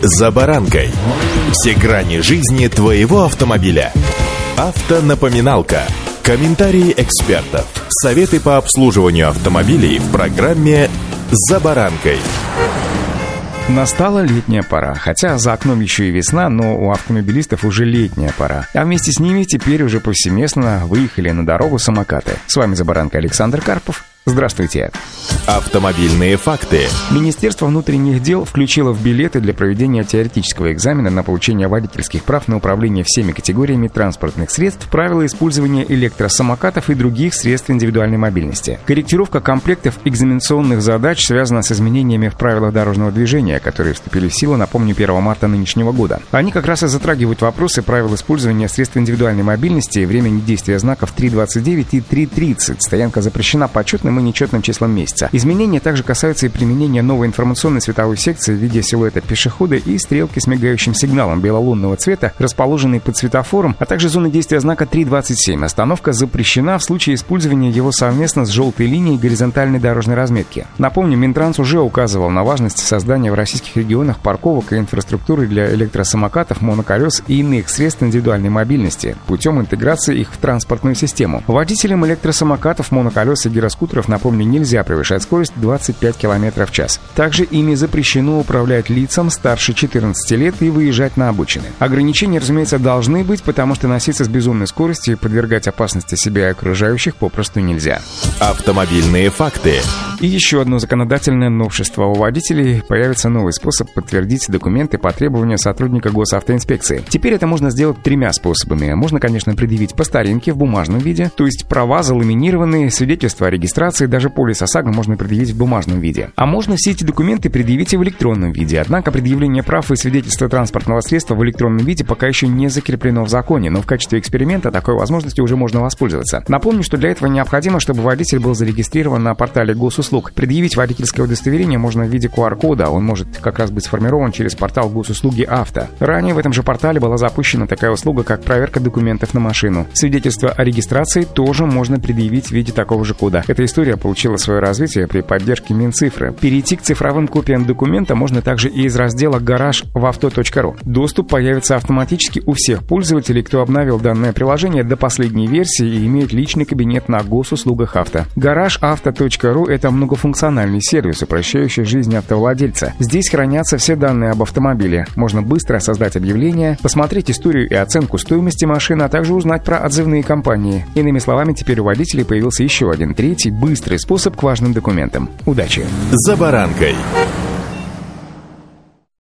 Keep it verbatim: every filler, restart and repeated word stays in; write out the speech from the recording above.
«За баранкой». Все грани жизни твоего автомобиля. Автонапоминалка. Комментарии экспертов. Советы по обслуживанию автомобилей в программе «За баранкой». Настала летняя пора. Хотя за окном еще и весна, но у автомобилистов уже летняя пора. А вместе с ними теперь уже повсеместно выехали на дорогу самокаты. С вами «За баранкой» Александр Карпов. Здравствуйте. Автомобильные факты. Министерство внутренних дел включило в билеты для проведения теоретического экзамена на получение водительских прав на управление всеми категориями транспортных средств правила использования электросамокатов и других средств индивидуальной мобильности. Корректировка комплектов экзаменационных задач связана с изменениями в правилах дорожного движения, которые вступили в силу, напомню, первого марта нынешнего года. Они как раз и затрагивают вопросы правил использования средств индивидуальной мобильности, времени действия знаков три двадцать девять и три тридцать. Стоянка запрещена по четным и нечетным числам месяца. Изменения также касаются и применения новой информационной световой секции в виде силуэта пешехода и стрелки с мигающим сигналом белолунного цвета, расположенной под светофором, а также зоны действия знака три двадцать семь. Остановка запрещена в случае использования его совместно с желтой линией горизонтальной дорожной разметки. Напомню, Минтранс уже указывал на важность создания в российских регионах парковок и инфраструктуры для электросамокатов, моноколес и иных средств индивидуальной мобильности путем интеграции их в транспортную систему. Водителям электросамокатов, моноколес и гироскутеров, напомню, нельзя превышать скорость двадцать пять километров в час. Также ими запрещено управлять лицам старше четырнадцати лет и выезжать на обочины. Ограничения, разумеется, должны быть, потому что носиться с безумной скоростью и подвергать опасности себя и окружающих попросту нельзя. Автомобильные факты. И еще одно законодательное новшество. У водителей появится новый способ подтвердить документы по требованию сотрудника госавтоинспекции. Теперь это можно сделать тремя способами. Можно, конечно, предъявить по старинке в бумажном виде, то есть права заламинированные, свидетельство о регистрации, даже полис ОСАГО можно предъявить в бумажном виде. А можно все эти документы предъявить и в электронном виде. Однако предъявление прав и свидетельства транспортного средства в электронном виде пока еще не закреплено в законе, но в качестве эксперимента такой возможностью уже можно воспользоваться. Напомню, что для этого необходимо, чтобы водитель был зарегистрирован на портале госуслуг. Предъявить водительское удостоверение можно в виде ку ар кода, он может как раз быть сформирован через портал госуслуги «Авто». Ранее в этом же портале была запущена такая услуга, как проверка документов на машину. Свидетельство о регистрации тоже можно предъявить в виде такого же кода. Эта история получила свое развитие при поддержке Минцифры. Перейти к цифровым копиям документа можно также и из раздела «Гараж» в авто точка ру. Доступ появится автоматически у всех пользователей, кто обновил данное приложение до последней версии и имеет личный кабинет на госуслугах «Авто». «Гараж» авто точка ру — это многофункциональный сервис, упрощающий жизнь автовладельца. Здесь хранятся все данные об автомобиле. Можно быстро создать объявление, посмотреть историю и оценку стоимости машины, а также узнать про отзывные компании. Иными словами, теперь у водителей появился еще один, третий, быстрый способ к важным документам. Удачи! «За баранкой».